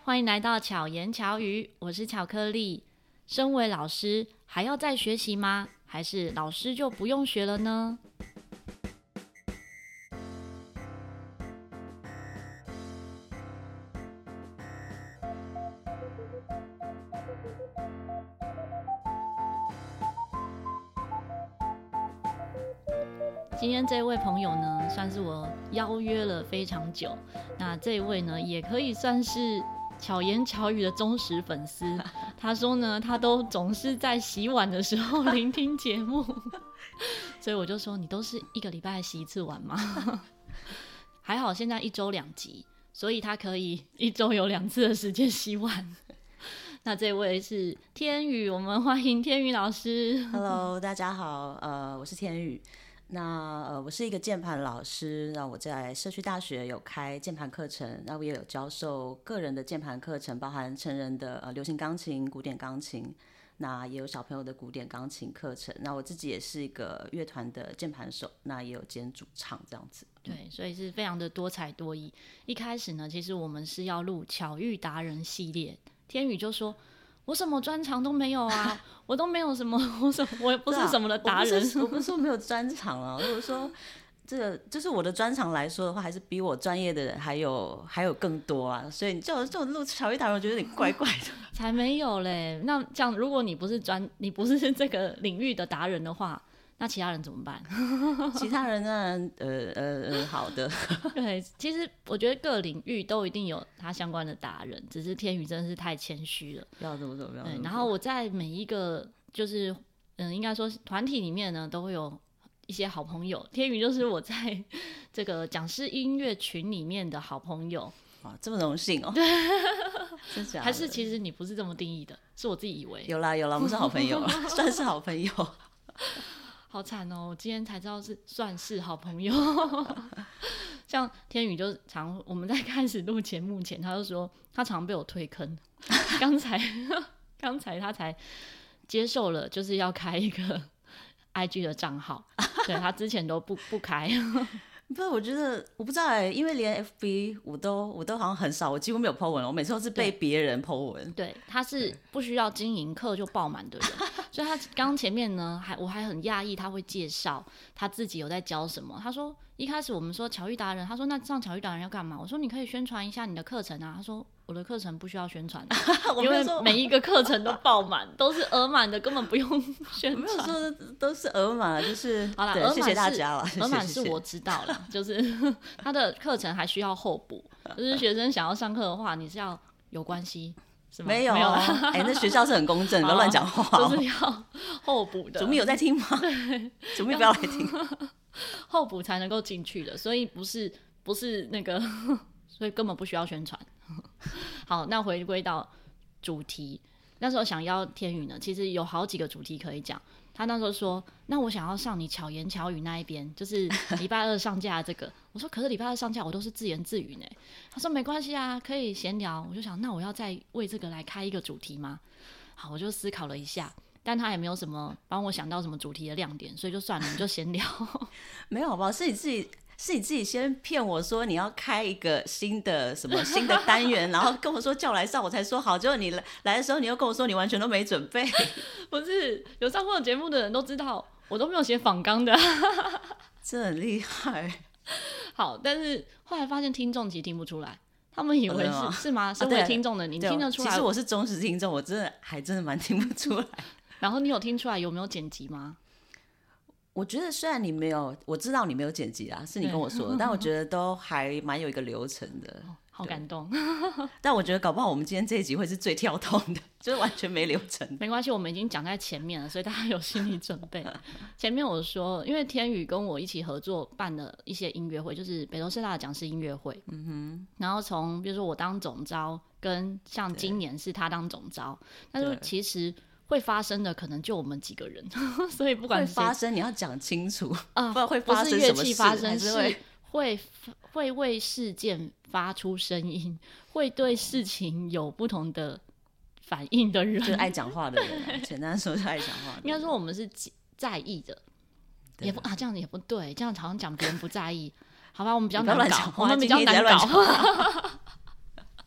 欢迎来到巧言巧语，我是巧克力。身为老师，还要再学习吗？还是老师就不用学了呢？今天这位朋友呢，算是我邀约了非常久。那这位呢，也可以算是巧言巧语的忠实粉丝。他说呢，他都总是在洗碗的时候聆听节目，所以我就说，你都是一个礼拜洗一次碗吗？还好现在1周2集，所以他可以1周有2次的时间洗碗。那这位是天宇，我们欢迎天宇老师。 Hello， 大家好，我是天宇。那我是一个键盘老师，那我在社区大学有开键盘课程，那我也有教授个人的键盘课程，包含成人的流行钢琴、古典钢琴，那也有小朋友的古典钢琴课程。那我自己也是一个乐团的键盘手，那也有兼主唱这样子。 对，所以是非常的多才多艺。一开始呢，其实我们是要录巧遇达人系列，天宇就说我什么专长都没有啊，我都没有什么，我也不是什么的达人。 我不是说没有专长啊，如果说这个就是我的专长来说的话，还是比我专业的人还有更多啊，所以你叫我录巧遇达人，我觉得有点怪怪的。 才没有嘞！那这样，如果你不是这个领域的达人的话，那其他人怎么办？ 其他人呢？好的。 对，其实我觉得各领域都一定有他相关的达人，只是天宇真的是太谦虚了。 不要这么说，不要这么说。 然后我在每一个就是应该说团体里面呢，都会有一些好朋友。天宇就是我在这个讲师音乐群里面的好朋友。 哇，这么荣幸哦！真假的？ 还是其实你不是这么定义的，是我自己以为。 有啦，我们是好朋友，算是好朋友。 好惨哦！我今天才知道是算是好朋友。像天宇就我们在开始录节目前，他就说他常被我推坑。刚才他才接受了，就是要开一个 IG 的账号，对，他之前都不开。 不是，我觉得我不知道因为连 FB 我都好像很少，我几乎没有 po 文，我每次都是被别人 po 文。 对，他是不需要经营课就爆满的人，所以他刚前面呢，我还很讶异他会介绍他自己有在教什么。他说一开始我们说巧遇达人，他说那上巧遇达人要干嘛？我说你可以宣传一下你的课程啊。他说我的课程不需要宣传，因为每一个课程都爆满，都是额满的，根本不用宣传。 没有说都是额满，就是好啦， 谢谢大家了。 额满是我知道了，就是他的课程还需要候补，就是学生想要上课的话，你是要有关系。 没有那学校是很公正，不要乱讲话。 就是要候补的。 主秘有在听吗？对，主秘不要来听。 候补才能够进去的，所以不是那个，所以根本不需要宣传。好，那回归到主题，那时候想要天宇呢，其实有好几个主题可以讲。他那时候说，那我想要上你巧言巧语那一边，就是礼拜2上架这个。我说可是礼拜2上架我都是自言自语呢。他说没关系啊，可以闲聊。我就想，那我要再为这个来开一个主题吗？好，我就思考了一下，但他也没有什么帮我想到什么主题的亮点，所以就算了，你就闲聊。 没有好不好？是你自己先骗我说你要开一个新的单元，然后跟我说叫我来上，我才说好。结果你来的时候，你又跟我说你完全都没准备。 不是，有上过节目的人都知道，我都没有写访纲的。 这很厉害。 好，但是后来发现听众其实听不出来，他们以为是吗？身为听众的你听得出来？ 其实我是忠实听众，我还真的蛮听不出来。 然后你有听出来有没有剪辑吗？ 我觉得虽然我知道你没有剪辑啊，是你跟我说的，但我觉得都还蛮有一个流程的。 好感动。 但我觉得搞不好我们今天这一集会是最跳动的，就是完全没流程。 没关系，我们已经讲在前面了，所以大家有心理准备。前面我说，因为天宇跟我一起合作办的一些音乐会，就是北投社大的讲师音乐会。然后从比如说我当总召，跟像今年是他当总召，但是其实会发生的可能就我们几个人，所以不管会发生你要讲清楚啊， 不然会发生什么事？ 不是乐器发生，是会为事件发出声音，会对事情有不同的反应的人， 就是爱讲话的人啊。简单说是爱讲话的人。 应该说我们是在意的，也不这样也不对，这样好像讲别人不在意。好吧，我们比较难搞，我们比较难搞。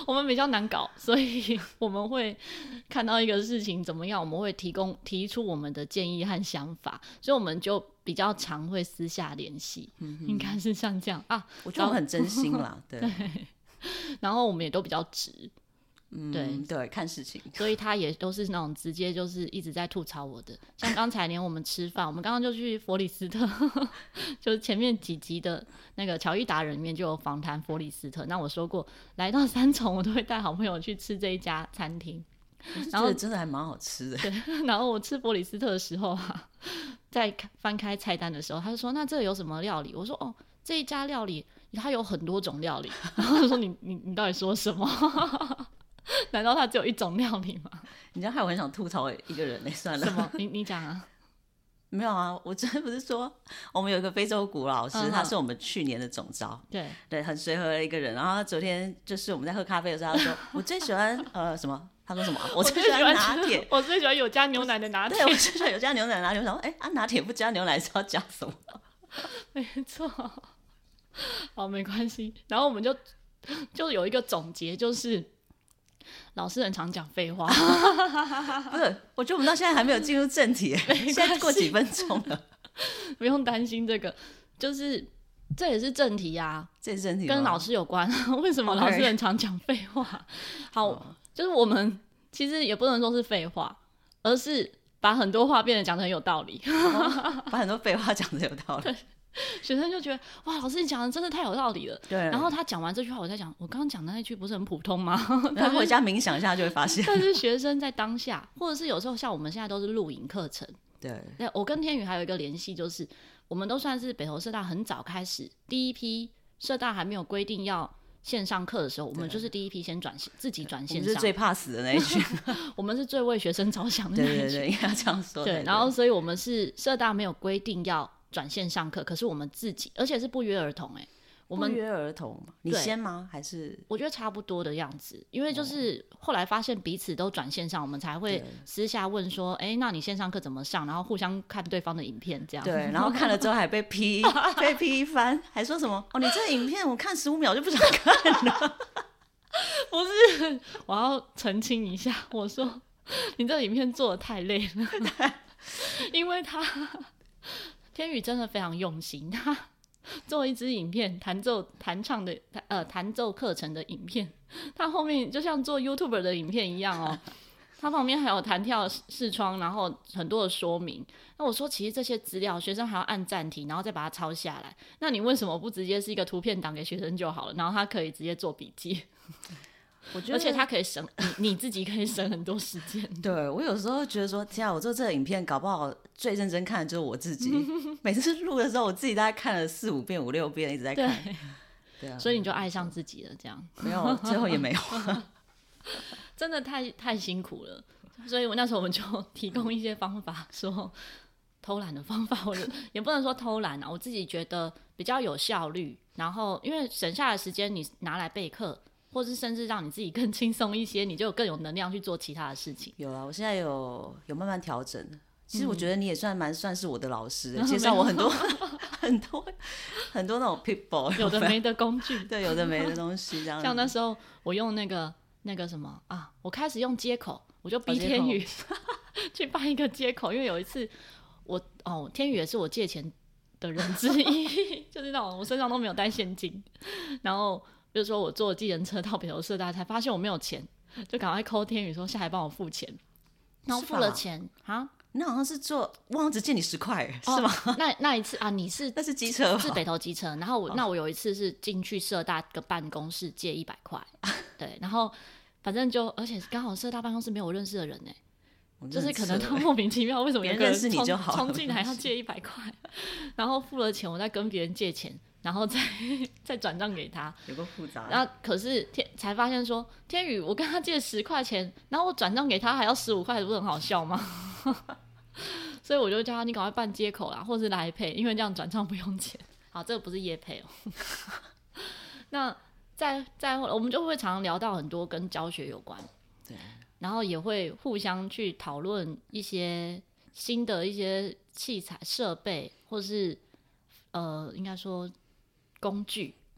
我们比较难搞，所以我们会看到一个事情怎么样，我们会提出我们的建议和想法，所以我们就比较常会私下联系，应该是像这样啊。 我觉得我很真心啦，对。 然后我们也都比较直， 对，看事情， 所以他也都是那种直接就是一直在吐槽我的。像刚才连我们吃饭，我们刚刚就去佛里斯特，就是前面几集的那个乔伊达人里面就有访谈佛里斯特。那我说过，来到三重我都会带好朋友去吃这一家餐厅， 然后真的还蛮好吃的。 对，然后我吃佛里斯特的时候啊，在翻开菜单的时候，他就说：“那这有什么料理？”我说：“哦，这一家料理它有很多种料理。”然后他说：“你到底说什么？”难道它只有一种料理吗？ 你知道害我很想吐槽一个人呢，算了。 什么？你讲啊？ 没有啊，我真的不是说我们有一个非洲鼓老师，他是我们去年的总招，对，很随和的一个人。然后他昨天就是我们在喝咖啡的时候，他说我最喜欢什么？他说什么？我最喜欢拿铁， 我最喜欢有加牛奶的拿铁。 对，我最喜欢有加牛奶的拿铁。我想说，拿铁不加牛奶是要加什么？ 没错，好，没关系。然后我们就有一个总结，就是老师很常讲废话。 不是，我觉得我们到现在还没有进入正题，现在过几分钟了， 不用担心这个，就是这也是正题啊， 这也是正题吗， 跟老师有关。为什么老师很常讲废话？好，就是我们其实也不能说是废话，而是把很多话变得讲得很有道理， 把很多废话讲得有道理。 学生就觉得哇，老师你讲的真的太有道理了。 对。 然后他讲完这句话，我在想，我刚刚讲的那句不是很普通吗？ 然后回家冥想一下就会发现。 但是学生在当下，或者是有时候像我们现在都是录影课程， 对， 我跟天宇还有一个联系，就是我们都算是北投社大很早开始，第一批社大还没有规定要线上课的时候，我们就是第一批先自己转线上， 我们是最怕死的那一群， 我们是最为学生着想的那一群， 对，应该这样说。 对，然后所以我们是社大没有规定要转线上课，可是我们自己，而且是不约而同，我们不约而同，你先吗？还是我觉得差不多的样子，因为就是后来发现彼此都转线上，我们才会私下问说，那你线上课怎么上？然后互相看对方的影片，这样。 对，然后看了之后还被批一番，还说什么你这影片我看15秒就不想看了。 不是，我要澄清一下，我说你这影片做的太累了，因为天宇真的非常用心，他做一支影片弹奏课程的影片，他后面就像做 YouTuber 的影片一样哦，他旁边还有弹跳视窗，然后很多的说明。那我说其实这些资料学生还要按暂停，然后再把它抄下来，那你为什么不直接是一个图片档给学生就好了，然后他可以直接做笔记？我觉得而且他可以省你自己可以省很多时间。 对，我有时候觉得说天啊，我做这个影片搞不好最认真看的就是我自己。每次录的时候我自己大概看了4、5遍、5、6遍一直在看。对啊， 所以你就爱上自己了这样。 没有，最后也没有。 真的太辛苦了，所以我那时候我们就提供一些方法，说偷懒的方法，我也不能说偷懒啊，我自己觉得比较有效率，然后因为省下的时间你拿来备课，或是甚至让你自己更轻松一些，你就更有能量去做其他的事情。 有啊，我现在有慢慢调整。其实我觉得你也算是我的老师的，介绍我很多很多那种 people 有的没的工具， 对，有的没的东西这样子。 像那时候我用那个什么啊，我开始用接口，我就逼天宇去办一个接口，因为有一次天宇也是我借钱的人之一，就是那种我身上都没有带现金，然后比如说我坐计程车到北投社大才发现我没有钱，就赶快 call 天宇说下来帮我付钱，然后付了钱啊。 那好像是忘了只借你10块，是吗？ 那一次啊，你是那是机车， 是北投机车。然后我有一次是进去社大的办公室借100块，对，然后反正而且刚好社大办公室没有我认识的人就是可能他莫名其妙为什么有个人冲进来要借100块，然后付了钱，我再跟别人借钱，然后再转账给他， 有个复杂。 然后可是才发现说，天宇我跟他借10块钱，然后我转账给他还要15块，不是很好笑吗？所以我就叫他你赶快办接口啦，或是来配，因为这样转账不用钱。好，这个不是业配哦。那再后来，我们就会常常聊到很多跟教学有关， 对， 然后也会互相去讨论一些新的一些器材设备，或是应该说工具，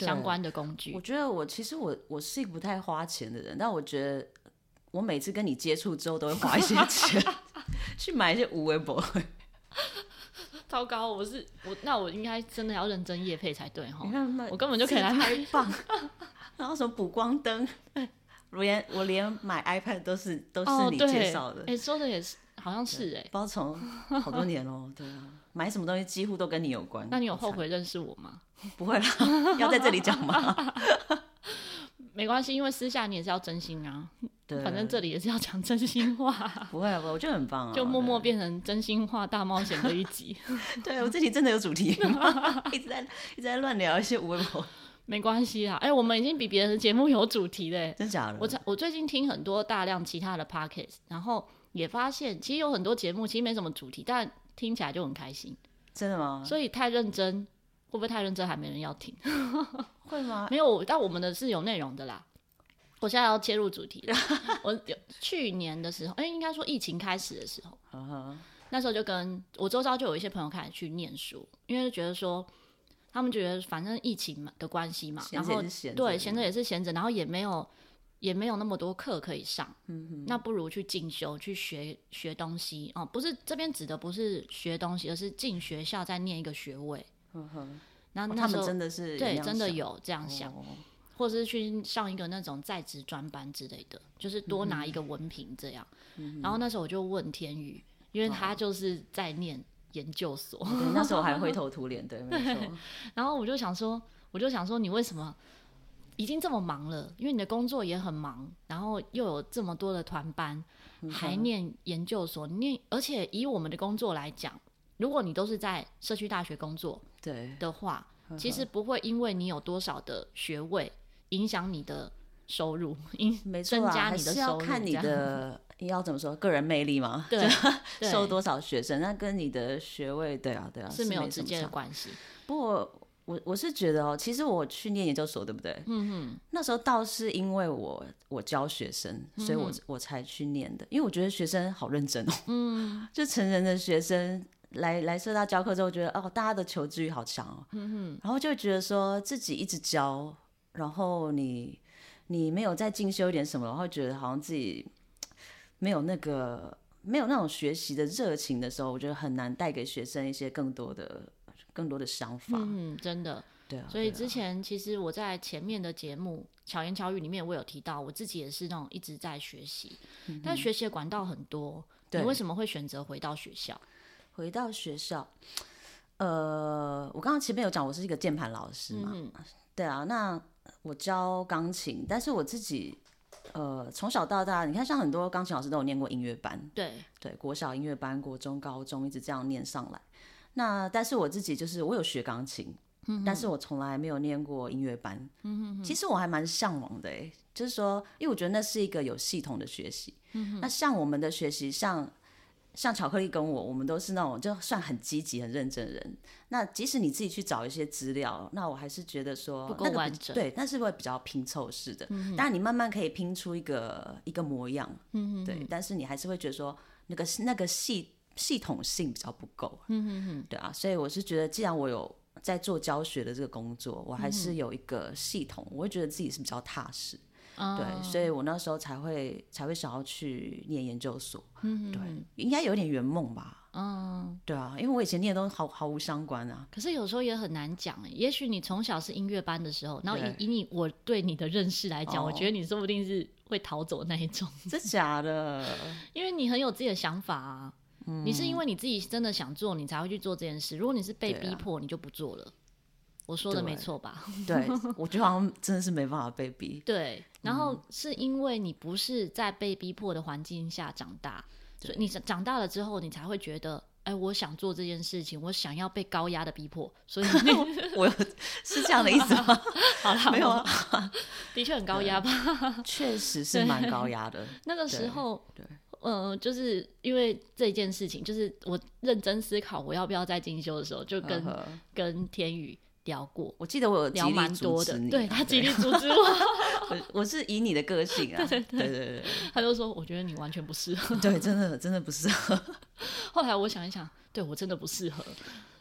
相关的工具。 我觉得其实我是一个不太花钱的人，但我觉得我每次跟你接触之后，都会花一些钱去买一些无微博。 糟糕，那我应该真的要认真业配才对哈。我根本就可以来买棒，然后什么补光灯，我连买 iPad 都是你介绍的。 说的也是，好像是不知道从好多年咯。对啊，买什么东西几乎都跟你有关。 那你有后悔认识我吗？ 不会啦，要在这里讲吗？ 没关系，因为私下你也是要真心啊。 对， 反正这里也是要讲真心话。 不会，我觉得很棒啊， 就默默变成真心话大冒险的一集。 对，我这集真的有主题吗？一直在乱聊一些无微博。 没关系啦，我们已经比别人的节目有主题嘞。 真假的？ 我最近听很多大量其他的 podcast， 然后也发现其实有很多节目其实没什么主题，但听起来就很开心。 真的吗？ 所以太认真，会不会太认真还没人要听？ 会吗？ 没有，但我们的是有内容的啦。我现在要切入主题了。我去年的时候，应该说疫情开始的时候，那时候就跟我周遭就有一些朋友开始去念书，因为觉得说他们觉得反正疫情的关系嘛，然后对闲着也是闲着，然后也没有那么多课可以上，那不如去进修去学东西哦，不是这边指的不是学东西，而是进学校再念一个学位。那他们真的是对，真的有这样想。或者是去上一个那种在职专班之类的，就是多拿一个文凭这样。然后那时候我就问天宇，因为他就是在念研究所， 对，那时候还灰头土脸，对，没错。 然后我就想说，你为什么已经这么忙了？因为你的工作也很忙，然后又有这么多的团班，还念研究所，而且以我们的工作来讲，如果你都是在社区大学工作的话，其实不会因为你有多少的学位影响你的收入，增加你的收入， 还是要看你的要怎么说个人魅力嘛？ 对， 收多少学生，那跟你的学位，对啊， 是没有直接的关系。 不过我是觉得其实我去念研究所，对不对？那时候倒是因为我教学生，所以我才去念的，因为我觉得学生好认真哦。就成人的学生来社大教课之后，觉得大家的求知欲好强哦。然后就会觉得说自己一直教。然后你没有再进修一点什么，然后觉得好像自己没有那种学习的热情的时候，我觉得很难带给学生一些更多的想法。 真的。 对啊。 所以之前其实我在前面的节目巧言巧语里面，我有提到我自己也是那种一直在学习，但学习的管道很多。你为什么会选择回到学校？ 回到学校，我刚刚前面有讲，我是一个键盘老师嘛。对啊，那我教钢琴，但是我自己从小到大，你看像很多钢琴老师都有念过音乐班，对，国小音乐班、国中、高中一直这样念上来。那但是我自己就是我有学钢琴，但是我从来没有念过音乐班。其实我还蛮向往的，就是说，因为我觉得那是一个有系统的学习。那像我们的学习，像巧克力跟我们都是那种就算很积极、很认真的人。那即使你自己去找一些资料，那我还是觉得说不够完整。 对，那是会比较拼凑式的。当然，你慢慢可以拼出一个模样。对，但是你还是会觉得说那个系统性比较不够。对啊，所以我是觉得，既然我有在做教学的这个工作，我还是有一个系统，我会觉得自己是比较踏实。对，所以我那时候才会想要去念研究所。对，应该有点圆梦吧。对啊，因为我以前念的都毫无相关啊。 可是有时候也很难讲，也许你从小是音乐班的时候，然后以我对你的认识来讲，我觉得你说不定是会逃走那一种。 真假的？ 因为你很有自己的想法啊。你是因为你自己真的想做，你才会去做这件事。如果你是被逼迫，你就不做了。我说的没错吧？ 对，我觉得好像真的是没办法被逼。 对，然后是因为你不是在被逼迫的环境下长大，所以你长大了之后，你才会觉得，我想做这件事情，我想要被高压的逼迫，所以我是这样的意思吗？ 好啦， 没有啊， 的确很高压吧？ 确实是蛮高压的。 那个时候，就是因为这件事情，就是我认真思考我要不要再进修的时候，就跟天宇聊过。 我记得我有极力阻止你， 对，他极力阻止我。 我是以你的个性啊，对， 他就说我觉得你完全不适合。 对，真的不适合。 后来我想一想，对我真的不适合。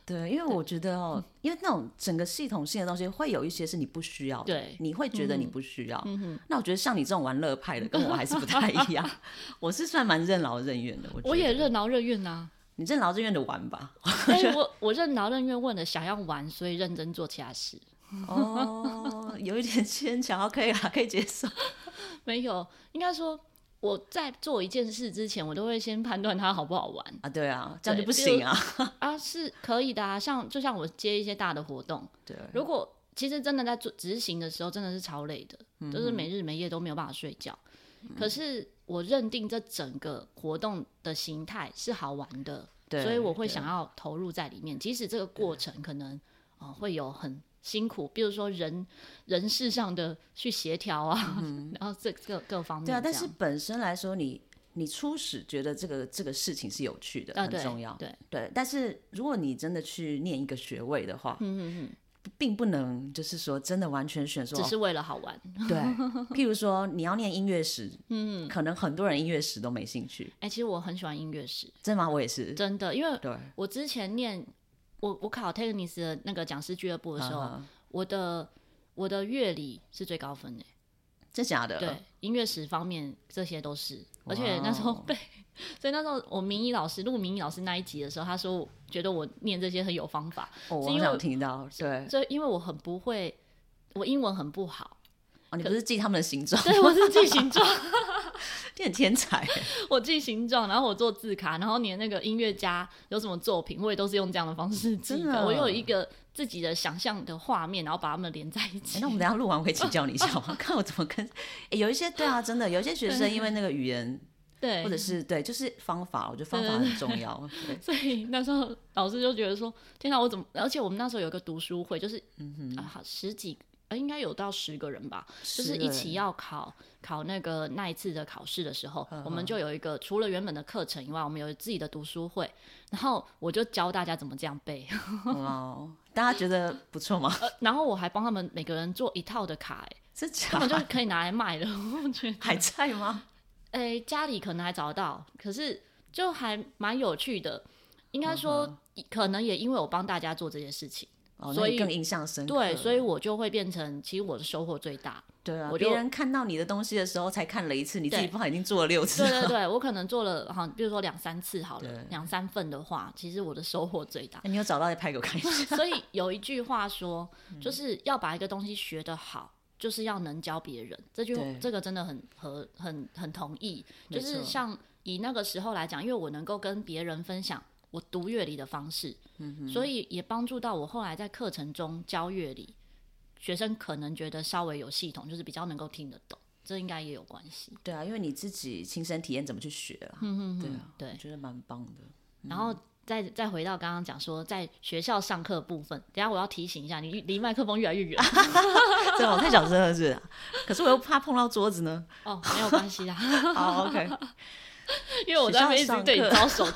对，因为我觉得因为那种整个系统性的东西，会有一些是你不需要的， 对， 你会觉得你不需要。那我觉得像你这种玩乐派的，跟我还是不太一样。我是算蛮任劳任怨的， 我也任劳任怨啊。 你任劳任怨的玩吧。 我任劳任怨，问了想要玩，所以认真做其他事。 有一点牵强，可以啦，可以接受。 没有，应该说我在做一件事之前，我都会先判断它好不好玩啊。对啊，这样就不行啊。 啊，是可以的啊。就像我接一些大的活动， 对， 如果其实真的在执行的时候，真的是超累的，就是没日没夜都没有办法睡觉。可是我认定这整个活动的形态是好玩的，所以我会想要投入在里面，即使这个过程可能会有很辛苦，比如说人事上的去协调啊，然后这各方面。 对啊，但是本身来说，你初始觉得这个事情是有趣的，很重要。对。但是如果你真的去念一个学位的话，并不能就是说真的完全选说只是为了好玩。 对，譬如说你要念音乐史，可能很多人音乐史都没兴趣。 其实我很喜欢音乐史。 真的吗？我也是。真的，因为我之前念我考 Technis 的那个讲师俱乐部的时候，我的乐理是最高分的。 真假的？ 对，音乐史方面这些都是，而且那时候所以那时候我录明仪老师那一集的时候，他说觉得我念这些很有方法。 我好想听到。对， 所以因为我很不会，我英文很不好。 你不是记他们的形状？ 对，我是记形状。 你很天才。 我记形状，然后我做字卡，然后连那个音乐家有什么作品，我也都是用这样的方式记的。我有一个自己的想象的画面，然后把它们连在一起。 那我们等一下录完会请教你一下吗？看我怎么跟有一些对啊，真的有一些学生因为那个语言。对，或者是对，就是方法，我觉得方法很重要。 所以那时候老师就觉得说：“天哪，我怎么？”而且我们那时候有一个读书会，就是十几应该有到10个人吧，就是一起要考那一次的考试的时候，我们就有一个除了原本的课程以外，我们有自己的读书会，然后我就教大家怎么这样背。 大家觉得不错吗？ 然后我还帮他们每个人做一套的卡， 是假的？ 他们就可以拿来卖了。我觉得还在吗？ 家里可能还找得到，可是就还蛮有趣的。应该说，可能也因为我帮大家做这些事情，所以更印象深刻。 对，所以我就会变成，其实我的收获最大。 对啊，别人看到你的东西的时候才看了一次，你自己不好已经做了6次。 对，我可能做了比如说2-3次好了，2-3份的话，其实我的收获最大。 你有找到再拍给我看一下。 所以有一句话说，就是要把一个东西学得好。就是要能教别人，这个真的很同意。就是像以那个时候来讲，因为我能够跟别人分享我读乐理的方式，所以也帮助到我后来在课程中教乐理，学生可能觉得稍微有系统，就是比较能够听得懂，这应该也有关系。 对啊，因为你自己亲身体验怎么去学啊。对，我觉得蛮棒的。 然后再回到刚刚讲说在学校上课部分，等一下我要提醒一下你，离麦克风越来越远。 对，我太小声了是，可是我又怕碰到桌子呢。 没有关系啦。 好 OK。 因为我在那边一直对你招手。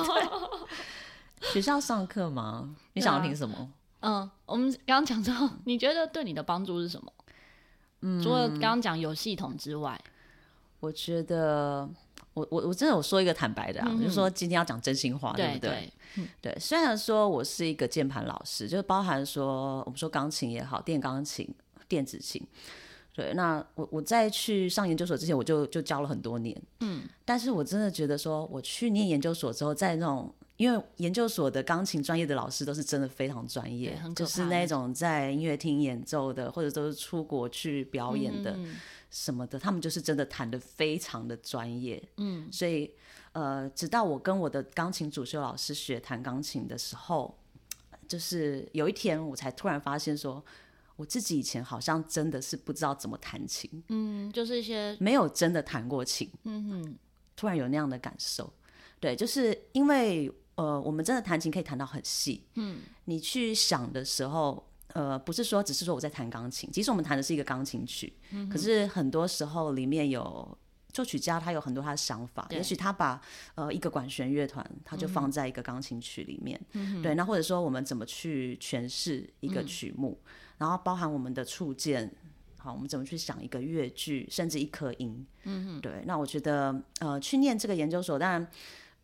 学校上课吗？你想要听什么？ 我们刚刚讲到，你觉得对你的帮助是什么？除了刚刚讲有系统之外， 我觉得我真的有说一个坦白的就是说今天要讲真心话，对不对？对，虽然说我是一个键盘老师，就包含说我们说钢琴也好，电钢琴、电子琴，对，那我在去上研究所之前，我就教了很多年，但是我真的觉得说，我去念研究所之后，在那种因为研究所的钢琴专业的老师都是真的非常专业，就是那种在音乐厅演奏的，或者都是出国去表演的。什么的，他们就是真的弹得非常的专业，所以直到我跟我的钢琴主修老师学弹钢琴的时候，就是有一天我才突然发现说，我自己以前好像真的是不知道怎么弹琴， 就是一些没有真的弹过琴，突然有那样的感受，对，就是因为我们真的弹琴可以弹到很细，你去想的时候。不是说只是说我在弹钢琴，即使我们弹的是一个钢琴曲，可是很多时候里面有作曲家他有很多他的想法，也许他把一个管弦乐团他就放在一个钢琴曲里面，对，那或者说我们怎么去诠释一个曲目，然后包含我们的触键，好，我们怎么去想一个乐句，甚至一颗音，对，那我觉得去念这个研究所，当然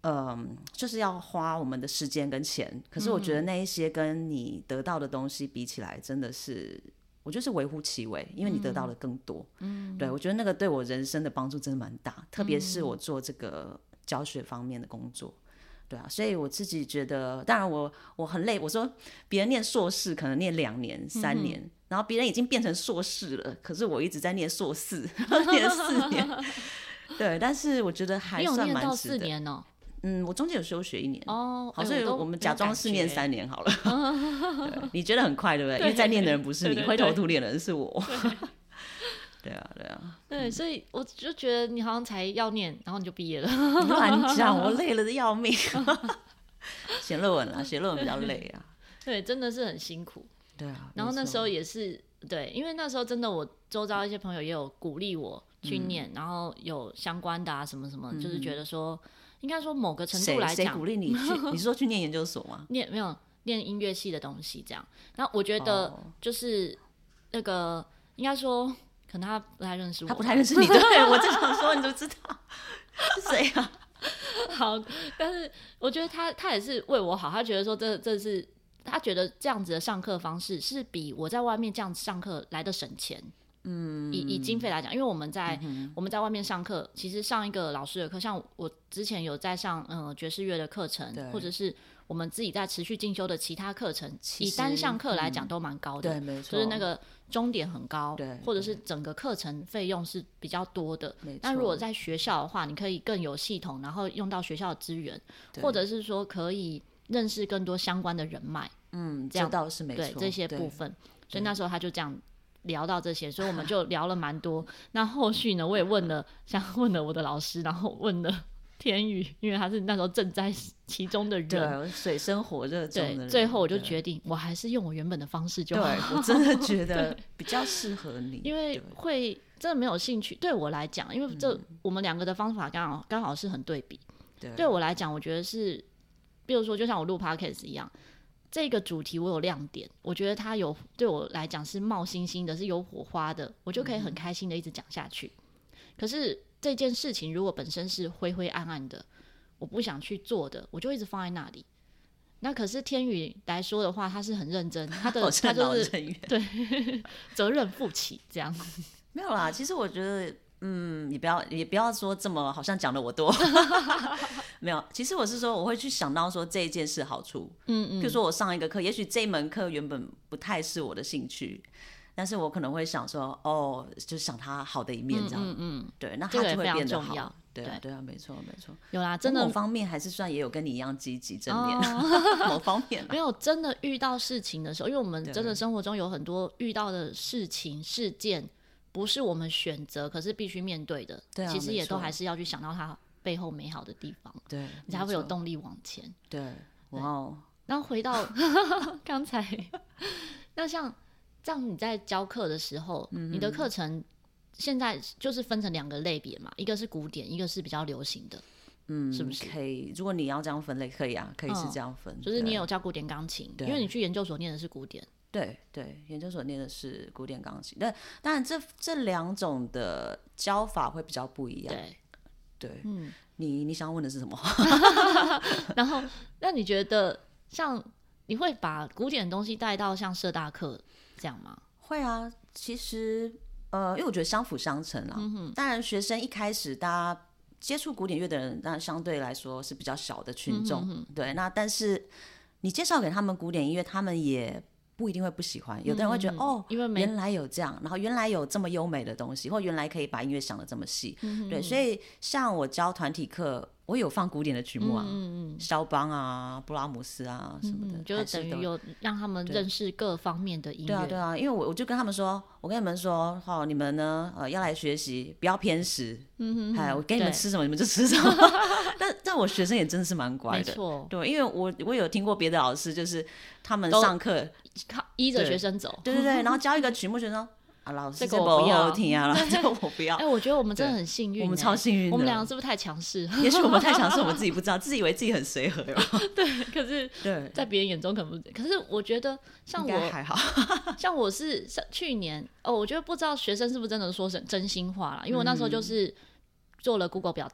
就是要花我们的时间跟钱，可是我觉得那一些跟你得到的东西比起来，真的是我觉得是微乎其微，因为你得到的更多。对，我觉得那个对我人生的帮助真的蛮大，特别是我做这个教学方面的工作。对啊，所以我自己觉得，当然我很累。我说别人念硕士可能念2年、3年，然后别人已经变成硕士了，可是我一直在念硕士，念4年。对，但是我觉得还算蛮值得。 你有念到4年哦？ 我中间有休学1年哦， 好，所以我们假装是念3年好了。对，你觉得很快对不对？因为在念的人不是你，灰头土脸的人是我。对啊，对啊， 对，所以我就觉得你好像才要念，然后你就毕业了。 你乱讲，我累了的要命。写论文啦，写论文比较累啊。 对，真的是很辛苦。 对啊， 然后那时候也是对，因为那时候真的我周遭一些朋友也有鼓励我去念，然后有相关的啊什么什么，就是觉得说。应该说某个程度来讲， 谁鼓励你去？你是说去念研究所吗？ 没有念音乐系的东西这样。然后我觉得就是那个应该说，可能他不太认识我， 他不太认识你。对，我正想说，你都知道是谁啊？ 好，但是我觉得他也是为我好，他觉得说这是他觉得这样子的上课方式是比我在外面这样子上课来的省钱。以经费来讲，因为我们在外面上课，其实上一个老师的课，像我之前有在上爵士乐的课程，或者是我们自己在持续进修的其他课程，以单项课来讲都蛮高的， 对，没错， 就是那个钟点很高， 对， 或者是整个课程费用是比较多的。但如果在学校的话，你可以更有系统，然后用到学校的资源，或者是说可以认识更多相关的人脉，这样倒是没错， 对这些部分。所以那时候他就这样。聊到这些，所以我们就聊了蛮多。那后续呢，我也问了我的老师，然后问了天宇，因为他是那时候正在其中的人， 对，水深火热中的人。 对，最后我就决定，我还是用我原本的方式就好。 对，我真的觉得比较适合你， 因为会真的没有兴趣。对我来讲，因为我们2个的方法刚好是很对比。对我来讲，我觉得是，比如说，就像我录 podcast 一样。这个主题我有亮点，我觉得它对我来讲是冒星星的，是有火花的，我就可以很开心的一直讲下去。可是这件事情如果本身是灰灰暗暗的，我不想去做的，我就一直放在那里。那可是天宇来说的话，他是很认真，他就是对责任负起这样。 没有啦，其实我觉得。也不要说这么好像讲的我多，没有。其实我是说，我会去想到说这一件事好处，比如说我上一个课，也许这一门课原本不太是我的兴趣，但是我可能会想说，就想它好的一面这样，对，那它就会变得好。对啊，没错。 有啦，真的某方面还是算也有跟你一样积极正面，某方面没有真的遇到事情的时候，因为我们真的生活中有很多遇到的事情事件。不是我们选择，可是必须面对的。对啊，其实也都还是要去想到它背后美好的地方，对，你才会有动力往前。 对，哇哦。 然后回到刚才，那像这样你在教课的时候，你的课程现在就是分成2个类别嘛，一个是古典，一个是比较流行的。是不是可以？如果你要这样分类，可以啊，可以是这样分。 就是你也有教古典钢琴，因为你去研究所念的是古典。 对，研究所念的是古典钢琴，但当然这2种的教法会比较不一样。对，你想问的是什么？ 然后，那你觉得像你会把古典的东西带到像社大课这样吗？ 会啊，其实因为我觉得相辅相成啦。当然学生一开始大家接触古典乐的人，那相对来说是比较小的群众。对，那但是你介绍给他们古典音乐，他们也不一定会不喜欢，有的人会觉得因为原来有这样，然后原来有这么优美的东西，或原来可以把音乐想得这么细。对，所以像我教团体课，我有放古典的曲目啊，肖邦啊、布拉姆斯啊什么的， 就是等于有让他们认识各方面的音乐。 对啊，因为我就跟他们说，我跟你们说，你们呢要来学习，不要偏食。我给你们吃什么你们就吃什么。但我学生也真的是蛮乖的，没错。对，因为我有听过别的老师，就是他们上课依着学生走， 对，然后教一个曲目，学生老师这个我不要听啊，这个我不要。 我觉得我们真的很幸运， 我们超幸运的。 我们2个是不是太强势？ 也许我们太强势，我们自己不知道，自以为自己很随和。 对，可是在别人眼中可能不是。可是我觉得像我还好， 像我是去年我觉得不知道学生是不是真的说真心话啦，因为我那时候就是做了 Google 表单，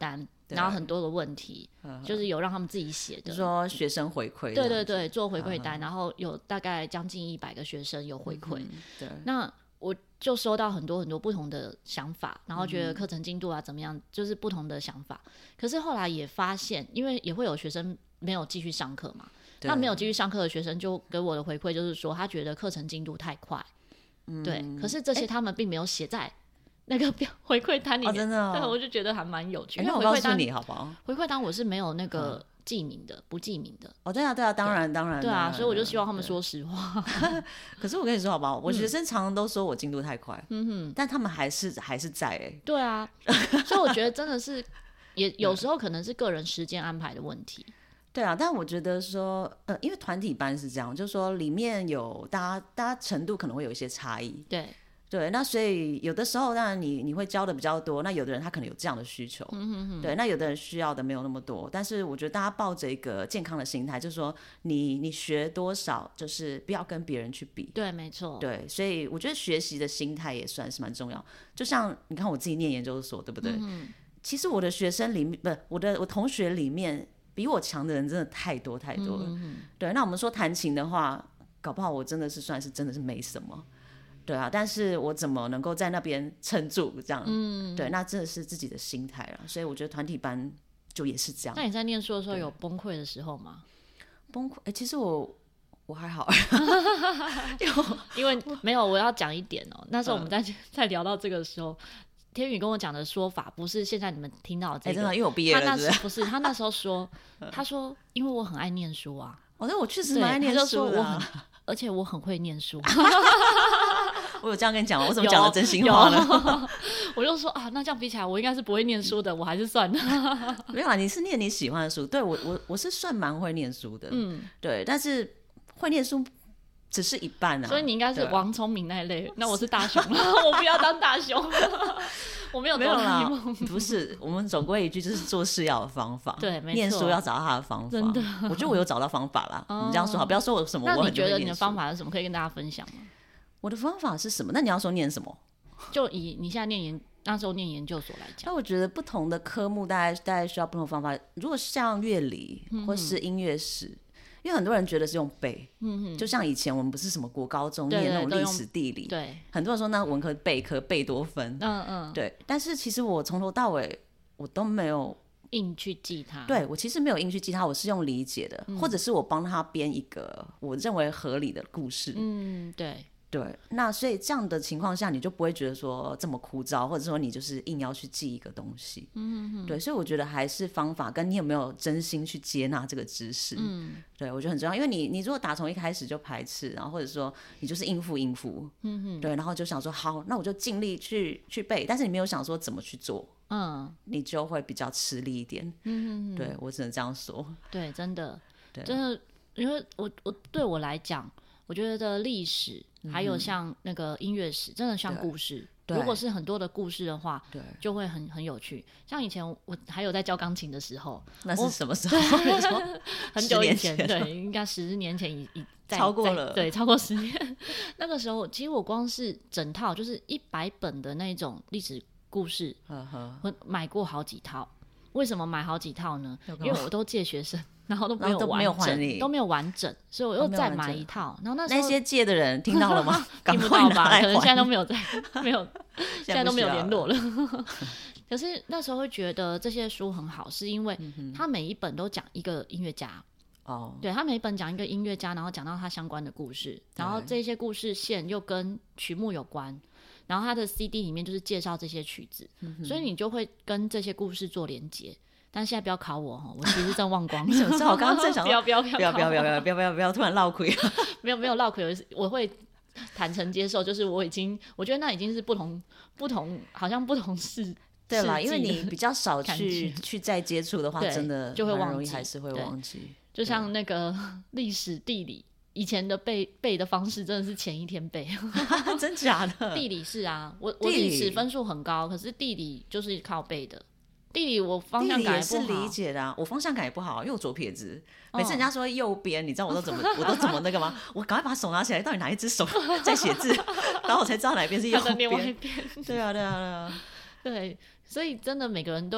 然后很多个问题，就是有让他们自己写的， 就是说学生回馈， 对对对，做回馈单，然后有大概将近100个学生有回馈， 对， 那我就收到很多很多不同的想法，然后觉得课程进度啊怎么样，就是不同的想法。可是后来也发现，因为也会有学生没有继续上课嘛，那没有继续上课的学生就给我的回馈就是说，他觉得课程进度太快，对，可是这些他们并没有写在那个回馈单里面， 真的哦， 对，我就觉得还蛮有趣。 那我告诉你好不好？ 回馈单我是没有那个记名的，不记名的。 对啊，当然， 对啊，所以我就希望他们说实话。 可是我跟你说好不好？我学生常常都说我进度太快，但他们还是在对啊，所以我觉得真的是，也有时候可能是个人时间安排的问题。 对啊，但我觉得说，因为团体班是这样，就是说里面有大家程度可能会有一些差异，对，那所以有的时候当然你会教的比较多，那有的人他可能有这样的需求，对，那有的人需要的没有那么多，但是我觉得大家抱着一个健康的心态，就是说你学多少，就是不要跟别人去比， 对，没错， 对，所以我觉得学习的心态也算是蛮重要。就像你看我自己念研究所，对不对？其实我的学生里面，不，我同学里面比我强的人真的太多太多了，对，那我们说弹琴的话，搞不好我真的是算是真的是没什么。对啊，但是我怎么能够在那边撑住这样？对，那真的是自己的心态了。所以我觉得团体班就也是这样。 那你在念书的时候有崩溃的时候吗？ 崩溃？其实我还好， 因为没有，我要讲一点哦。那时候我们在聊到这个时候，天宇跟我讲的说法不是现在你们听到的这个， 真的，因为我毕业了， 不是他那时候说，他说因为我很爱念书啊。 那我确实蛮爱念书的， 而且我很会念书。 我有这样跟你讲吗？我怎么讲的真心话呢？ 我就说啊，那这样比起来，我应该是不会念书的，我还是算了。 没有啊，你是念你喜欢的书，对我是算蛮会念书的，对，但是会念书只是一半啊。 所以你应该是王聪明那一类，那我是大雄，我不要当大雄。我没有哆啦 A 梦， 不是，我们总归一句就是做事要有方法， 对，没错， 念书要找到他的方法。真的，我觉得我有找到方法啦。你这样说好，不要说我什么。 那你觉得你的方法是什么？可以跟大家分享吗？ 我的方法是什么？那你要说念什么？ 就以你现在那时候念研究所来讲， 那我觉得不同的科目大概需要不同的方法。如果像乐理或是音乐史。因为很多人觉得是用背，就像以前我们不是什么国高中念那种历史地理， 对， 很多人说那文科背科贝多芬，对，但是其实我从头到尾我都没有硬去记它， 对，我其实没有硬去记它，我是用理解的，或者是我帮他编一个我认为合理的故事，对，那所以这样的情况下，你就不会觉得说这么枯燥，或者说你就是硬要去记一个东西。对，所以我觉得还是方法跟你有没有真心去接纳这个知识，对我觉得很重要。因为你如果打从一开始就排斥，然后或者说你就是应付，对，然后就想说好，那我就尽力去背，但是你没有想说怎么去做，你就会比较吃力一点。对我只能这样说。 对，真的，真的，因为我对我来讲。我觉得历史还有像那个音乐史，真的像故事。如果是很多的故事的话，就会很有趣。像以前我还有在教钢琴的时候， 那是什么时候？ 很久以前，对，应该10年前超过了， 对，超过10年。那个时候，其实我光是整套就是100本的那种历史故事，我买过好几套。为什么买好几套呢？因为我都借学生。然后都没有完整，所以我又再买一套。然后那些借的人听到了吗？ 听不到吧？可能现在都没有现在都没有联络了。可是那时候会觉得这些书很好，是因为他每一本都讲一个音乐家。对，他每一本讲一个音乐家，然后讲到他相关的故事，然后这些故事线又跟曲目有关，然后他的 CD 里面就是介绍这些曲子，所以你就会跟这些故事做连结。但现在不要考我哈，我其实真忘光。 你怎么知道？我刚刚正想不要， 突然落亏。 没有落亏，我会坦诚接受，就是我觉得那已经是不同，好像不同事。 对啦，因为你比较少去再接触的话，真的就会忘记， 还是会忘记。 就像那个历史地理，以前的背的方式真的是前一天背。 真假的？ 地理是啊，我历史分数很高，可是地理就是靠背的。地理我方向感也不好， 地理也是理解的啊，我方向感也不好，因为我左撇子。每次人家说右边，你知道我都怎么那个吗？我赶快把手拿起来，到底哪一只手在写字，然后我才知道哪一边是右边。 另外一边。 对啊，对， 所以真的每个人都有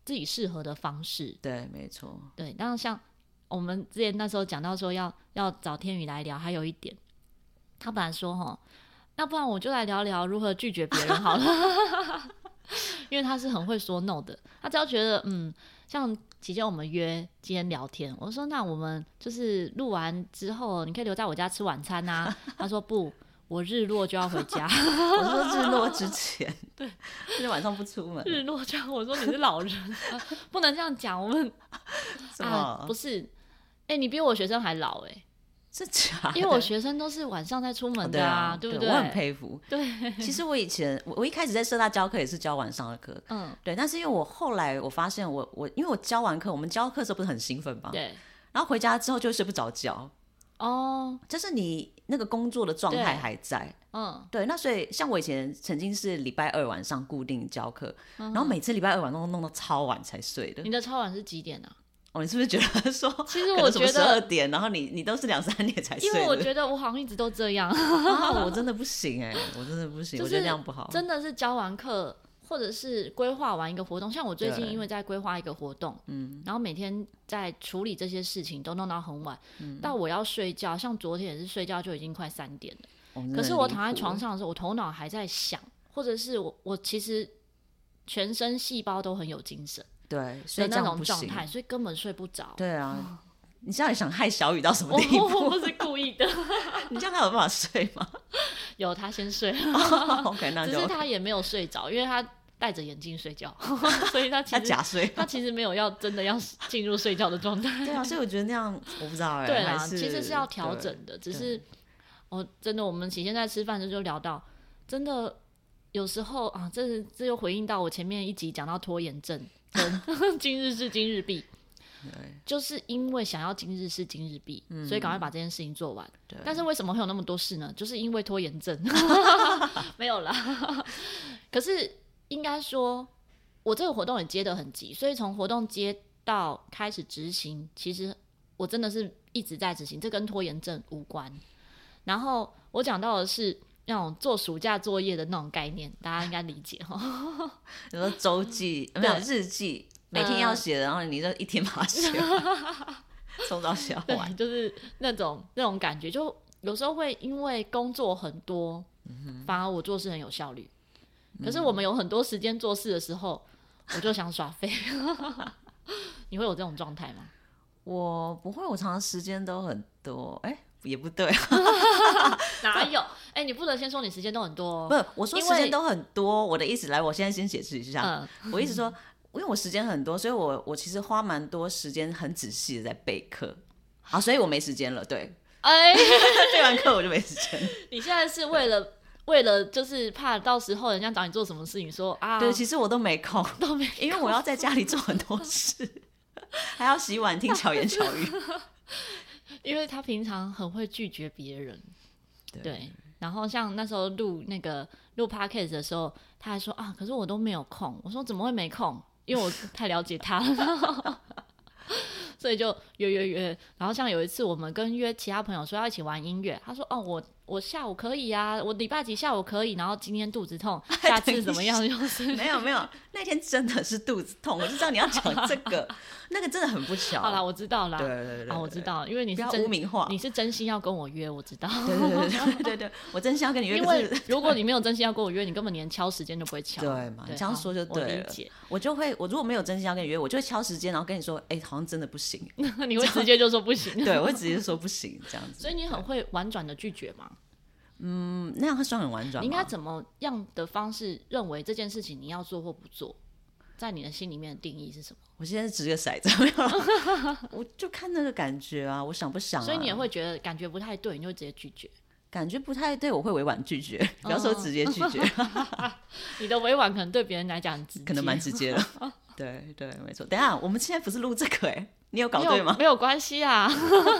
自己适合的方式。 对，没错。 对，然后像我们之前那时候讲到说要找天宇来聊，还有一点，他本来说那不然我就来聊聊如何拒绝别人好了，因为他是很会说 no 的，他只要觉得像期间我们约今天聊天，我说那我们就是录完之后，你可以留在我家吃晚餐啊。他说不，我日落就要回家。 我说日落之前， 对， 就是晚上不出门。 日落就要，我说你是老人，不能这样讲。我们什么？ 不是，你比我学生还老是假的？ 因为我学生都是晚上再出门的对不对？ 我很佩服。 对， 其实我以前我一开始在社大教课也是教晚上的课，对。但是因为我后来我发现因为我教完课，我们教课的时候不是很兴奋吗？ 对。 然后回家之后就睡不着觉。就是你那个工作的状态还在。对。那所以像我以前曾经是礼拜二晚上固定教课，然后每次礼拜二晚上都弄到超晚才睡的。 你的超晚是几点啊？ 你是不是觉得说， 其实我觉得 12点，然后你都是2、3点才睡？ 因为我觉得我好像一直都这样。 我真的不行我真的不行，我觉得这样不好。 真的是教完课，或者是规划完一个活动，像我最近因为在规划一个活动，然后每天在处理这些事情，都弄到很晚，到我要睡觉，像昨天也是睡觉就已经快3点了。可是我躺在床上的时候，我头脑还在想，或者是我其实全身细胞都很有精神。 对，所以那种状态，所以根本睡不着。 对啊，你现在想害小雨到什么地步？ 我不是故意的。 你这样他有办法睡吗？ 有，他先睡了。 OK， 那就只是他也没有睡着，因为他戴着眼镜睡觉，所以他假睡。 他其实没有真的要进入睡觉的状态。 对啊，所以我觉得那样我不知道对啊，其实是要调整的，只是真的，我们起先在吃饭的时候就聊到，真的有时候啊，这又回应到我前面一集讲到拖延症。今日事今日毕，就是因为想要今日事今日毕，所以赶快把这件事情做完。但是为什么会有那么多事呢？就是因为拖延症。没有啦。可是应该说我这个活动也接得很急，所以从活动接到开始执行，其实我真的是一直在执行，这跟拖延症无关。然后我讲到的是那种做暑假作业的那种概念，大家应该理解哈。 你说周记没有日记，每天要写的，然后你就一天把它写完，从早写到晚， 就是那种感觉。就有时候会因为工作很多，反而我做事很有效率。可是我们有很多时间做事的时候，我就想耍废。你会有这种状态吗？ 我不会，我常常时间都很多。也不对。 哪有？你不能先说你时间都很多。 不是，我说时间都很多，我的意思来，我现在先解释一下。我意思说，因为我时间很多，所以我其实花蛮多时间很仔细的在备课。好，所以我没时间了。对。备完课我就没时间。 你现在是为了就是怕到时候人家找你做什么事情说啊？ 对，其实我都没空，因为我要在家里做很多事，还要洗碗、听巧言巧语。 因为他平常很会拒绝别人。对。然后像那时候录 podcast 的时候，他还说啊，可是我都没有空。我说怎么会没空？因为我太了解他了。所以就约。然后像有一次我们约其他朋友说要一起玩音乐，他说我下午可以啊，我礼拜几下午可以，然后今天肚子痛，下次怎么样？就是没有，那天真的是肚子痛，我就知道你要讲这个，那个真的很不巧。 好啦，我知道啦。 对， 我知道，因为你是不要污名化， 你是真心要跟我约，我知道。 对，我真心要跟你约。 因为如果你没有真心要跟我约，你根本连敲时间都不会敲。 对嘛？你这样说就对了。 我理解。 我如果没有真心要跟你约，我就会敲时间，然后跟你说，好像真的不行。 你会直接就说不行。 对，我会直接说不行这样子。 所以你很会婉转的拒绝吗？ 那样会算很婉转吗？ 你应该怎么样的方式认为这件事情你要做或不做，在你的心里面的定义是什么？ 我现在指个骰子，没有我就看那个感觉啊，我想不想所以你也会觉得感觉不太对，你就会直接拒绝。 感觉不太对，我会委婉拒绝，不要说直接拒绝。 你的委婉可能对别人来讲很直接， 可能蛮直接的。对，没错。等一下，我们现在不是录这个你有搞对吗？ 没有关系啊。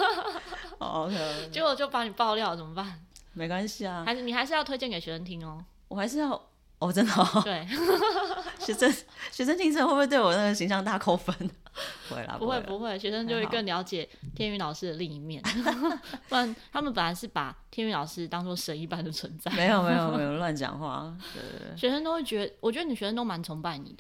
OK。 结果就把你爆料怎么办？ 没关系啊， 你还是要推荐给学生听哦。 我还是要真的对。 学生听这会不会对我那个形象大扣分？不会啦， 不会，学生就会更了解天宇老师的另一面。不然他们本来是把天宇老师当作神一般的存在。 没有乱讲话。对。 学生都会觉得，我觉得你学生都蛮崇拜你的。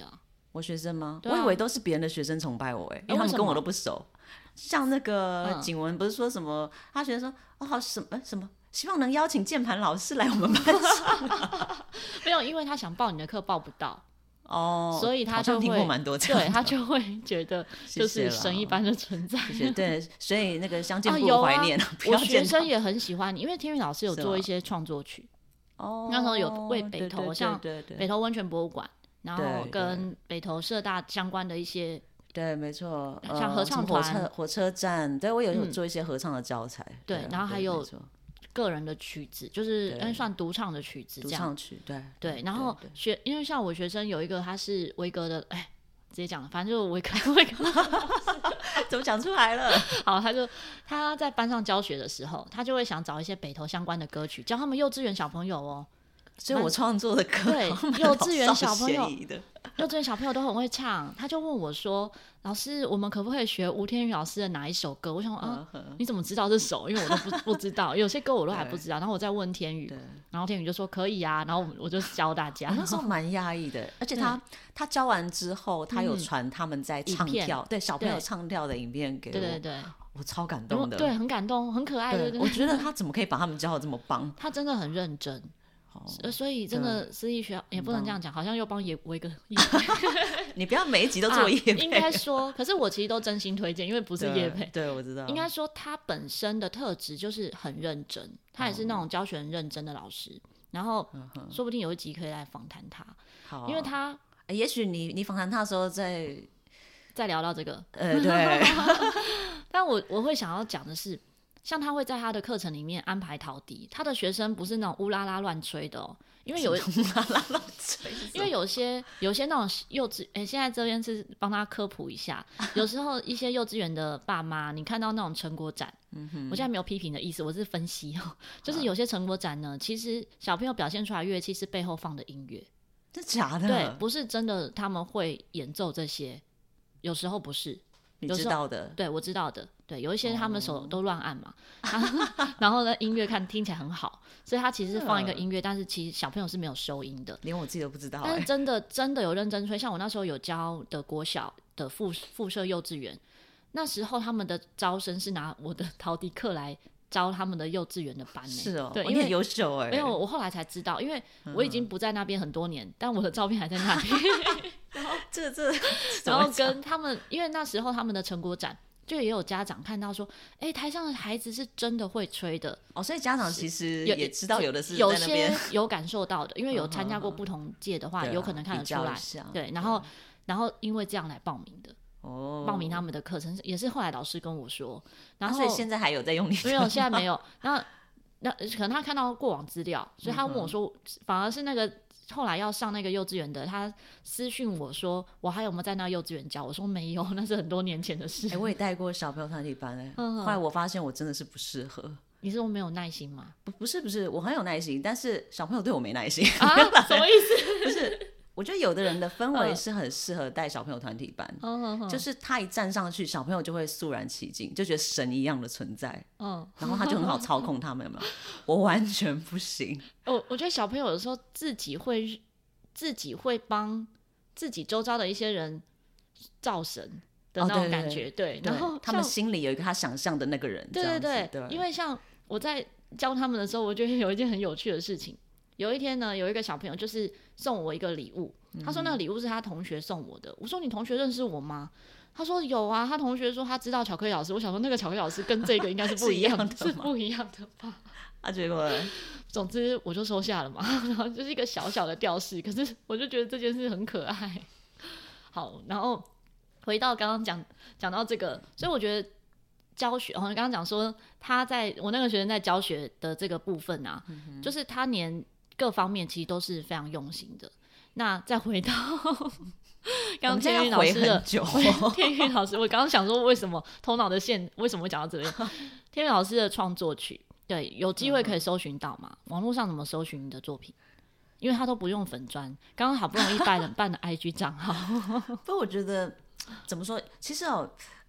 我学生吗？ 对啊我以为都是别人的学生崇拜我因为他们跟我都不熟。像那个景文不是说什么，他学生说哦好什么，希望能邀请键盘老师来我们班上。 没有，因为他想报你的课报不到。所以他好像就听过蛮多这样的， 对他就会觉得就是神一般的存在。 谢谢对，所以那个相见不如怀念我学生也很喜欢你，因为天宇老师有做一些创作曲。那时候有为北投，像北投温泉博物馆，然后跟北投社大相关的一些， 对，没错， 像合唱团、 火车站，对我有做一些合唱的教材。 对，然后还有个人的曲子，就是算独唱的曲子，这样。 独唱曲， 对。然后因为像我学生有一个他是维格的，直接讲了，反正就是维格怎么讲出来了？ 好，他在班上教学的时候，他就会想找一些北投相关的歌曲，教他们幼稚园小朋友哦。 所以我创作的歌， 对，幼稚园小朋友都很会唱。他就问我说：“老师，我们可不可以学吴天宇老师的哪一首歌？”我想说你怎么知道这首？因为我都不知道，有些歌我都还不知道。然后我再问天宇，然后天宇就说可以啊，然后我就教大家。 那时候蛮讶异的，而且他教完之后，他有传他们在唱跳，对小朋友唱跳的影片给我， 对， 我超感动的， 对，很感动，很可爱。对， 我觉得他怎么可以把他们教的这么棒？ 他真的很认真。所以真的私立学校也不能这样讲，好像又帮我一个你不要每一集都做业配。 应该说，可是我其实都真心推荐，因为不是业配。 对，我知道。 应该说他本身的特质就是很认真，他也是那种教学很认真的老师。然后说不定有一集可以来访谈他，因为他也许你访谈他的时候再聊到这个。 对。 但我会想要讲的是，像他会在他的课程里面安排陶笛，他的学生不是那种乌拉拉乱吹的哦，因为有因为有些那种幼稚，现在这边是帮他科普一下，有时候一些幼稚园的爸妈，你看到那种成果展，我现在没有批评的意思，我是分析哦，就是有些成果展呢，其实小朋友表现出来乐器是背后放的音乐， 真假的？ 对，不是真的他们会演奏这些，有时候不是。 你知道的？ 对，我知道的。对，有一些他们手都乱按嘛，然后呢，音乐听起来很好，所以他其实是放一个音乐，但是其实小朋友是没有收音的， 连我自己都不知道。 但是真的有认真吹，像我那时候有教的国小的附设幼稚园，那时候他们的招生是拿我的陶笛课来招他们的幼稚园的班。 是哦， 对， 因为优秀没有，我后来才知道，因为我已经不在那边很多年，但我的照片还在那里。然后然后跟他们，因为那时候他们的成果展，就也有家长看到说，台上的孩子是真的会吹的哦，所以家长其实也知道有的是在有那边些有感受到的，因为有参加过不同届的话，有可能看得出来。对，然后因为这样来报名的。报名他们的课程也是后来老师跟我说，然后所以现在还有在用你的？ 没有，现在没有。那可能他看到过往资料，所以他问我说，反而是那个后来要上那个幼稚园的，他私讯我说我还有没有在那幼稚园教？我说没有，那是很多年前的事。 我也带过小朋友团体班后来我发现我真的是不适合。 你是说没有耐心吗？ 不是，我很有耐心，但是小朋友对我没耐心啊？什么意思？ 不是。我觉得有的人的氛围是很适合带小朋友团体班，就是他一站上去，小朋友就会肃然起敬，就觉得神一样的存在，然后他就很好操控他们，有没有？我完全不行。 我觉得小朋友有时候自己会帮自己周遭的一些人造神的那种感觉，对，然后他们心里有一个他想象的那个人，对， 因为像我在教他们的时候，我觉得有一件很有趣的事情。有一天呢，有一个小朋友就是送我一个礼物，他说那个礼物是他同学送我的。我说你同学认识我吗？他说有啊，他同学说他知道巧克力老师。我想说那个巧克力老师跟这个应该是不一样的，是不一样的吧？ 结果总之我就收下了嘛，然后就是一个小小的吊饰，可是我就觉得这件事很可爱。好，然后回到刚刚讲到这个，所以我觉得教学，我刚刚讲说他在我那个学生在教学的这个部分啊，就是他连各方面其实都是非常用心的。那再回到刚刚天宇老师的天宇老师，我刚刚想说为什么头脑的线为什么会讲到这边？天宇老师的创作曲，对，有机会可以搜寻到嘛？网络上怎么搜寻你的作品？因为他都不用粉专，刚刚好不容易办的 IG 账号。 不过我觉得怎么说，其实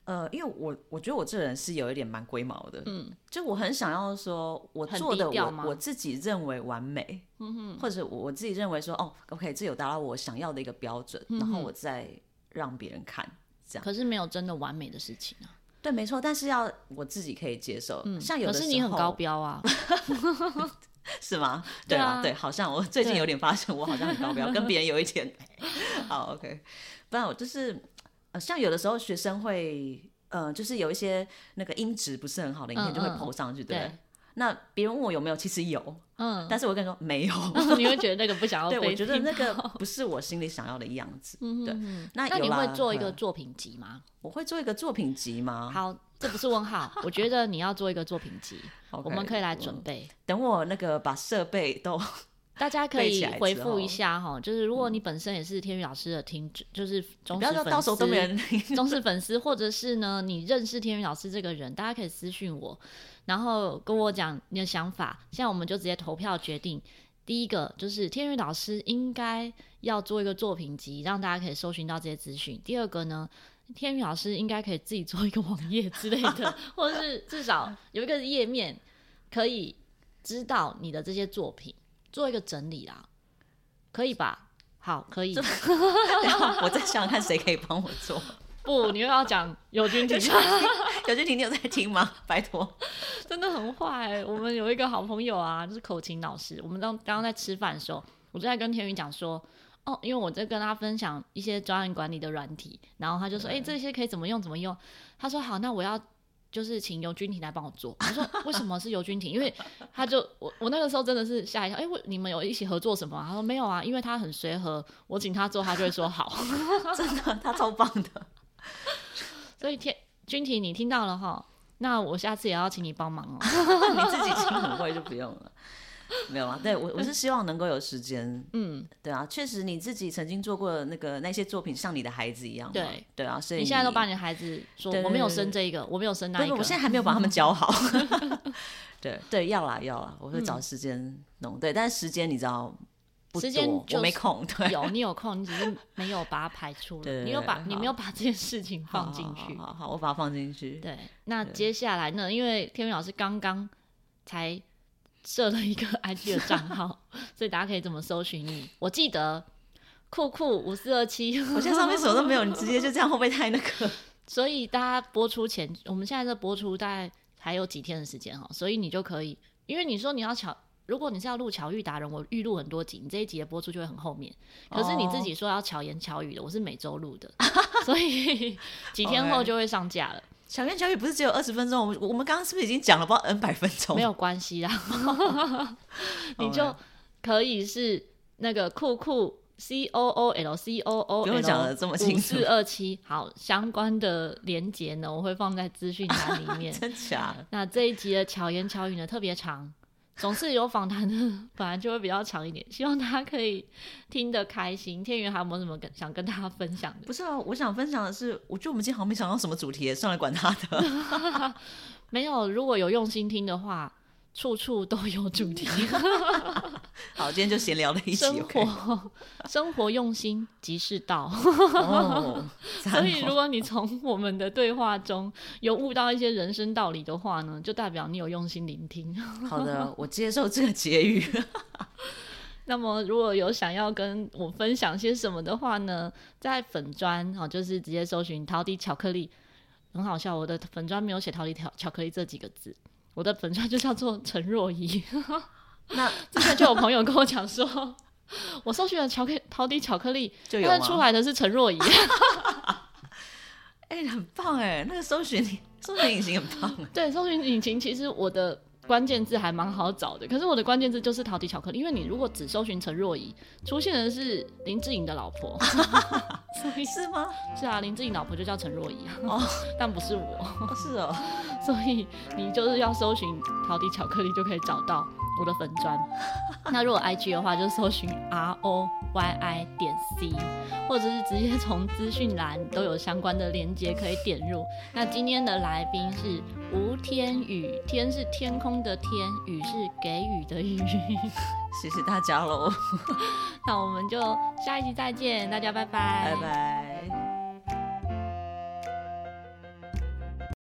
因为我觉得我这人是有一点蛮龟毛的，就我很想要说我做的我自己认为完美，或者我自己认为说OK 这有达到我想要的一个标准，然后我再让别人看这样。 可是没有真的完美的事情啊。 对，没错，但是要我自己可以接受。像有的时候， 可是你很高标啊。 是吗？对啊，对，好像我最近有点发现我好像很高标，跟别人有一点。好 ，OK， 不然我就是像有的时候学生会就是有一些那个音质不是很好的影片就会 po 上去，对不对？那别人问我有没有，其实有，但是我跟你说没有。 你会觉得那个不想要被听到。 对，我觉得那个不是我心里想要的样子。对，那你会做一个作品集吗？ 我会做一个作品集吗？ 好，这不是问号，我觉得你要做一个作品集，我们可以来准备。 等我那个把设备都。 大家可以回复一下哈，就是如果你本身也是天宇老师的就是忠实粉丝， 到时候都没人忠实粉丝，或者是呢你认识天宇老师这个人，大家可以私讯我，然后跟我讲你的想法。现在我们就直接投票决定。第一个就是天宇老师应该要做一个作品集，让大家可以搜寻到这些资讯。第二个呢，天宇老师应该可以自己做一个网页之类的，或者是至少有一个页面可以知道你的这些作品。做一个整理啦，可以吧？好，可以。 我再想想看谁可以帮我做。 不，你又要讲尤君婷。 尤君婷，你有在听吗？拜托， 真的很坏。我们有一个好朋友啊，就是口琴老师。我们刚刚在吃饭的时候，我就在跟天宇讲说，因为我在跟他分享一些专案管理的软体，然后他就说，这些可以怎么用怎么用。他说好，那我要。就是请尤君婷来帮我做。我说为什么是尤君婷？因为他就我那个时候真的是吓一跳，你们有一起合作什么他说没有啊，因为他很随和，我请他做他就会说好。 真的，他超棒的。 所以君婷你听到了齁，那我下次也要请你帮忙哦。 你自己亲很会就不用了。没有啊，对我是希望能够有时间，对啊，确实你自己曾经做过的那些作品，像你的孩子一样嘛，对啊，所以你现在都把你的孩子说，我没有生这一个，我没有生那一个， 我现在还没有把他们教好。对，要啦，我会找时间弄，对，但是时间你知道不多，我没空，对， 你有空，你只是没有把它排出来，你没有把这件事情放进去， 好，我把它放进去。 对，那接下来呢？因为天宇老师刚刚才。设了一个 IG 的账号，所以大家可以怎么搜寻你？我记得酷5427， 我现在上面什么都没有，你直接就这样会不会太那个？ 所以大家播出前，我们现在这播出大概还有几天的时间哈，所以你就可以，因为你说你要如果你是要录巧遇达人，我预录很多集，你这一集的播出就会很后面。可是你自己说要巧言巧语的，我是每周录的，所以几天后就会上架了。 巧言巧语不是只有20分钟，我们刚刚是不是已经讲了不知道 N 百分钟？ 没有关系啦，你就可以是那个酷COOL，不用讲得这么清楚。 5427，好，相关的连结呢，我会放在资讯栏里面。 真假？ 那这一集的巧言巧语呢特别长。总是有访谈的本来就会比较长一点，希望大家可以听得开心。天元还有没有什么想跟大家分享的？ 不是啊，我想分享的是，我觉得我们今天好像没想到什么主题，算了，管他的。 没有，如果有用心听的话，处处都有主题。 好，今天就闲聊了一集。 生活用心即是道。所以如果你从我们的对话中有悟到一些人生道理的话呢，就代表你有用心聆听。 好的，我接受这个结语。 那么如果有想要跟我分享些什么的话呢，在粉专就是直接搜寻陶迪巧克力。很好笑，我的粉专没有写陶迪巧克力这几个字，我的粉专就叫做陈若仪。那之前就有朋友跟我讲说，我搜寻了陶迪巧克力，但是出来的是陈若仪。 很棒那个搜寻引擎很棒。 对，搜寻引擎其实我的关键字还蛮好找的，可是我的关键字就是陶迪巧克力，因为你如果只搜寻陈若仪，出现的是林志颖的老婆。 是吗？ 是啊，林志颖老婆就叫陈若仪但不是我。 是哦， 所以你就是要搜寻陶迪巧克力就可以找到我的粉专。那如果 IG 的话，就搜寻 ROYI.C， 或者是直接从资讯栏都有相关的连结可以点入。那今天的来宾是吴天宇，天是天空的天，宇是给予的予。 谢谢大家喽。 那我们就下一集再见，大家拜拜。 拜拜。